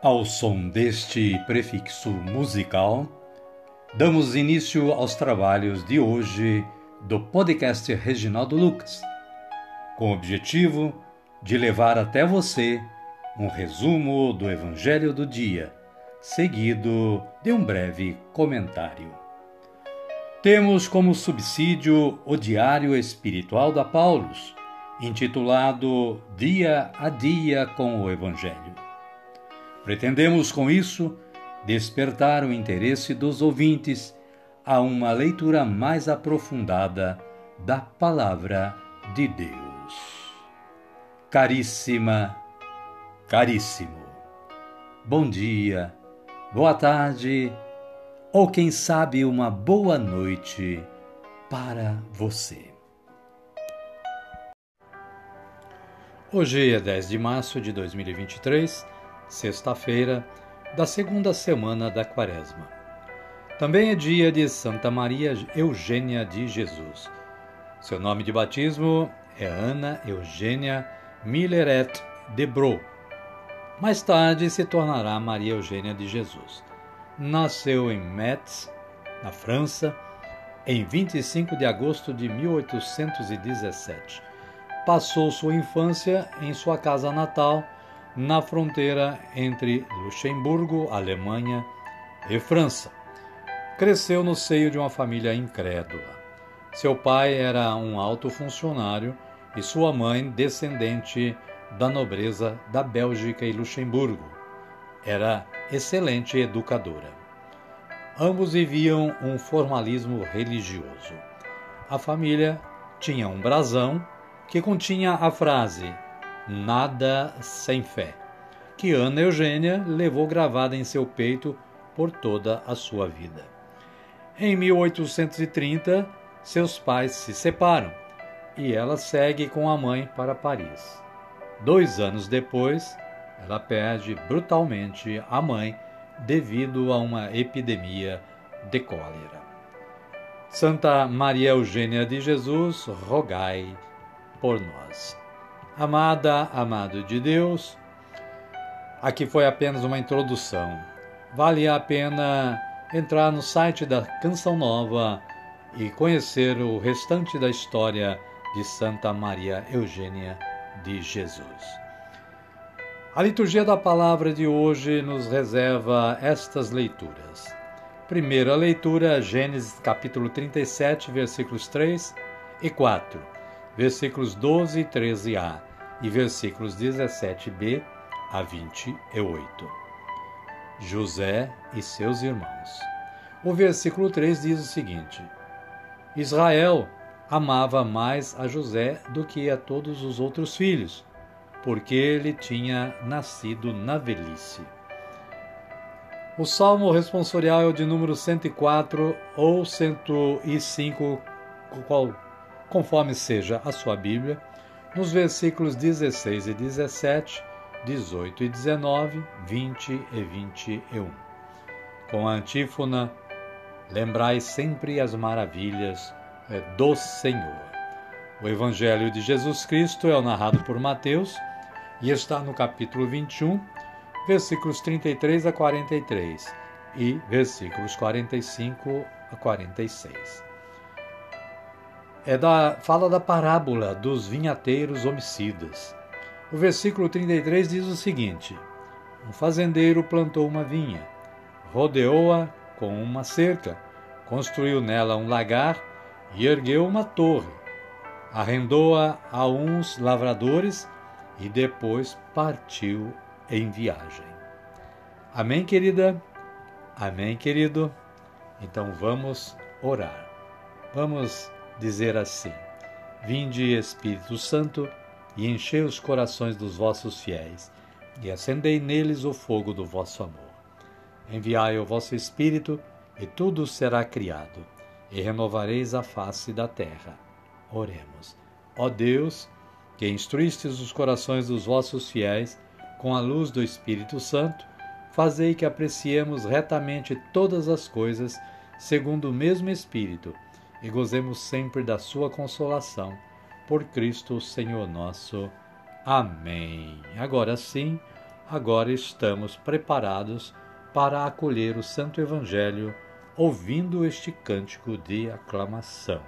Ao som deste prefixo musical, damos início aos trabalhos de hoje do podcast Reginaldo Lucas, com o objetivo de levar até você um resumo do Evangelho do dia, seguido de um breve comentário. Temos como subsídio o Diário Espiritual da Paulus, intitulado Dia a Dia com o Evangelho. Pretendemos, com isso, despertar o interesse dos ouvintes a uma leitura mais aprofundada da Palavra de Deus. Caríssima, caríssimo, bom dia, boa tarde ou, quem sabe, uma boa noite para você. Hoje é 10 de março de 2023, sexta-feira da segunda semana da Quaresma. Também é dia de Santa Maria Eugênia de Jesus. Seu nome de batismo é Ana Eugênia Milleret de Brou. Mais tarde se tornará Maria Eugênia de Jesus. Nasceu em Metz, na França, em 25 de agosto de 1817. Passou sua infância em sua casa natal, na fronteira entre Luxemburgo, Alemanha e França. Cresceu no seio de uma família incrédula. Seu pai era um alto funcionário e sua mãe descendente da nobreza da Bélgica e Luxemburgo. Era excelente educadora. Ambos viviam um formalismo religioso. A família tinha um brasão que continha a frase "Nada sem fé", que Ana Eugênia levou gravada em seu peito por toda a sua vida. Em 1830, seus pais se separam e ela segue com a mãe para Paris. 2 anos depois, ela perde brutalmente a mãe devido a uma epidemia de cólera. Santa Maria Eugênia de Jesus, rogai por nós. Amada, amado de Deus, aqui foi apenas uma introdução. Vale a pena entrar no site da Canção Nova e conhecer o restante da história de Santa Maria Eugênia de Jesus. A liturgia da palavra de hoje nos reserva estas leituras. Primeira leitura, Gênesis capítulo 37, versículos 3 e 4, versículos 12 e 13a e versículos 17b a 28. José e seus irmãos. O versículo 3 diz o seguinte: Israel amava mais a José do que a todos os outros filhos, porque ele tinha nascido na velhice. O salmo responsorial é o de número 104 ou 105, conforme seja a sua Bíblia, nos versículos 16 e 17, 18 e 19, 20 e 21. Com a antífona: lembrai sempre as maravilhas do Senhor. O Evangelho de Jesus Cristo é o narrado por Mateus e está no capítulo 21, versículos 33 a 43 e versículos 45 a 46. Fala da parábola dos vinhateiros homicidas. O versículo 33 diz o seguinte: um fazendeiro plantou uma vinha, rodeou-a com uma cerca, construiu nela um lagar e ergueu uma torre. Arrendou-a a uns lavradores e depois partiu em viagem. Amém, querida? Amém, querido? Então vamos orar. Vamos dizer assim: vinde, Espírito Santo, e enchei os corações dos vossos fiéis, e acendei neles o fogo do vosso amor. Enviai o vosso Espírito, e tudo será criado, e renovareis a face da terra. Oremos. Ó Deus, que instruístes os corações dos vossos fiéis com a luz do Espírito Santo, fazei que apreciemos retamente todas as coisas, segundo o mesmo Espírito, e gozemos sempre da sua consolação. Por Cristo, Senhor nosso. Amém. Agora sim, agora estamos preparados para acolher o Santo Evangelho, ouvindo este cântico de aclamação.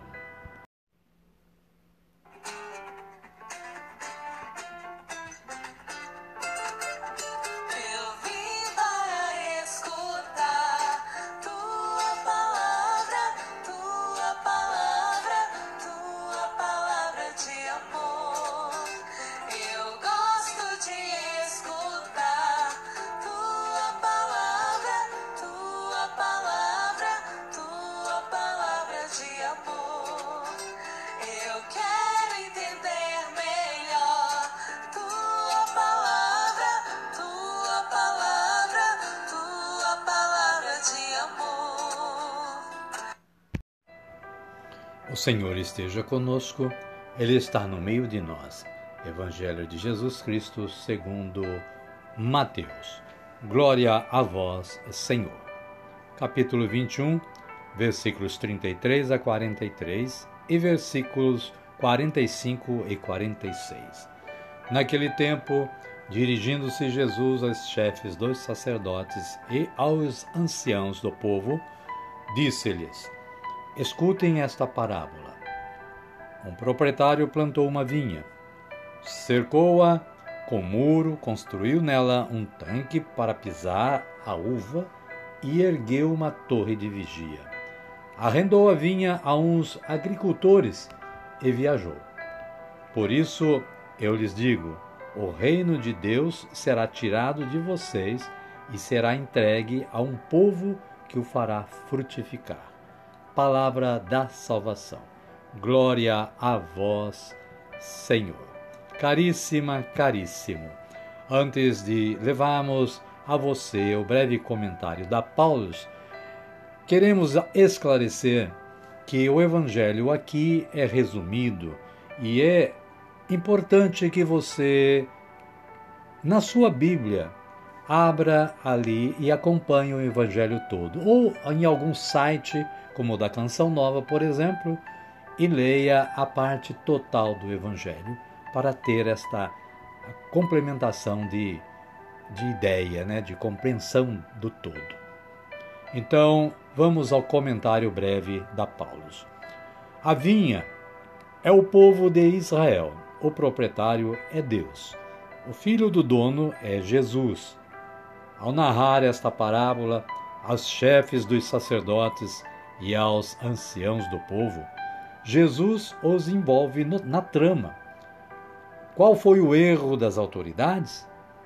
O Senhor esteja conosco, Ele está no meio de nós. Evangelho de Jesus Cristo segundo Mateus. Glória a vós, Senhor. Capítulo 21, versículos 33 a 43 e versículos 45 e 46. Naquele tempo, dirigindo-se Jesus aos chefes dos sacerdotes e aos anciãos do povo, disse-lhes: Escutem esta parábola. Um proprietário plantou uma vinha, cercou-a com muro, construiu nela um tanque para pisar a uva e ergueu uma torre de vigia. Arrendou a vinha a uns agricultores e viajou. Por isso, eu lhes digo, o reino de Deus será tirado de vocês e será entregue a um povo que o fará frutificar. Palavra da salvação. Glória a vós, Senhor. Caríssima, caríssimo, antes de levarmos a você o breve comentário da Paulus, queremos esclarecer que o Evangelho aqui é resumido e é importante que você, na sua Bíblia, abra ali e acompanhe o Evangelho todo, ou em algum site, como o da Canção Nova, por exemplo, e leia a parte total do Evangelho para ter esta complementação de ideia, de compreensão do todo. Então, vamos ao comentário breve da Paulus. A vinha é o povo de Israel, o proprietário é Deus, o filho do dono é Jesus. Ao narrar esta parábola aos chefes dos sacerdotes e aos anciãos do povo, Jesus os envolve na trama. Qual foi o erro das autoridades?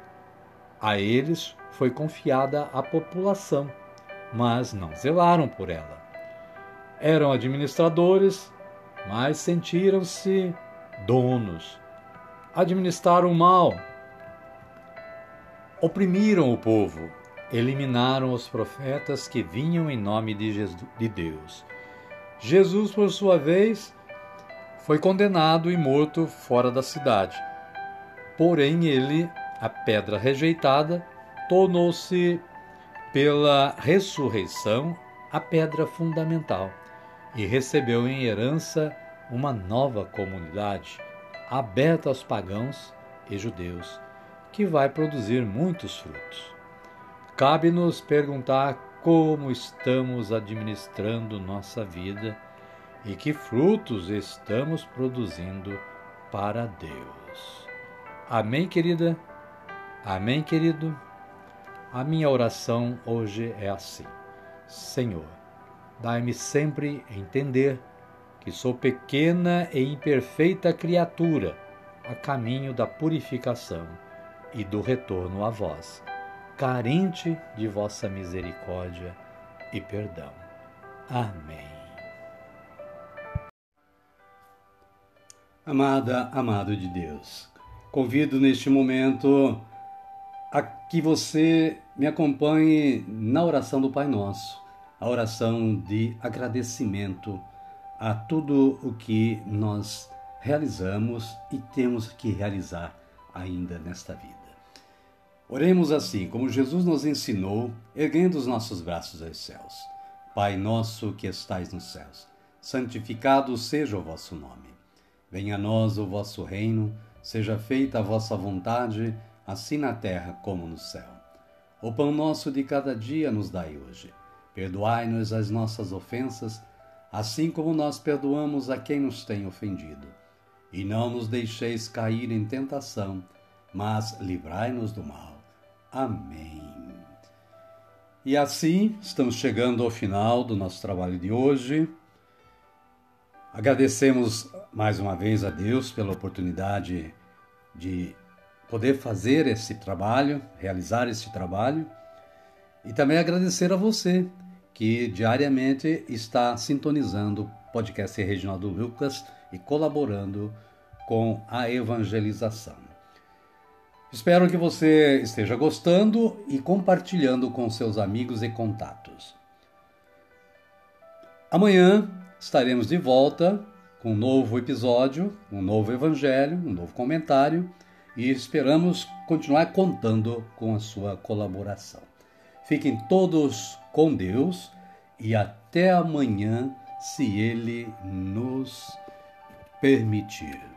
A eles foi confiada a população, mas não zelaram por ela. Eram administradores, mas sentiram-se donos. Administraram mal, oprimiram o povo, eliminaram os profetas que vinham em nome de Deus. Jesus, por sua vez, foi condenado e morto fora da cidade. Porém, ele, a pedra rejeitada, tornou-se, pela ressurreição, a pedra fundamental e recebeu em herança uma nova comunidade, aberta aos pagãos e judeus, que vai produzir muitos frutos. Cabe-nos perguntar como estamos administrando nossa vida e que frutos estamos produzindo para Deus. Amém, querida? Amém, querido? A minha oração hoje é assim: Senhor, dai-me sempre entender que sou pequena e imperfeita criatura a caminho da purificação e do retorno a vós, carente de vossa misericórdia e perdão. Amém. Amada, amado de Deus, convido neste momento a que você me acompanhe na oração do Pai Nosso, a oração de agradecimento a tudo o que nós realizamos e temos que realizar ainda nesta vida. Oremos assim, como Jesus nos ensinou, erguendo os nossos braços aos céus. Pai nosso que estais nos céus, santificado seja o vosso nome. Venha a nós o vosso reino, seja feita a vossa vontade, assim na terra como no céu. O pão nosso de cada dia nos dai hoje. Perdoai-nos as nossas ofensas, assim como nós perdoamos a quem nos tem ofendido. E não nos deixeis cair em tentação, mas livrai-nos do mal. Amém. E assim, estamos chegando ao final do nosso trabalho de hoje. Agradecemos mais uma vez a Deus pela oportunidade de poder fazer esse trabalho, realizar esse trabalho. E também agradecer a você que diariamente está sintonizando o podcast Reginaldo Lucas e colaborando com a evangelização. Espero que você esteja gostando e compartilhando com seus amigos e contatos. Amanhã estaremos de volta com um novo episódio, um novo evangelho, um novo comentário e esperamos continuar contando com a sua colaboração. Fiquem todos com Deus e até amanhã, se Ele nos permitir.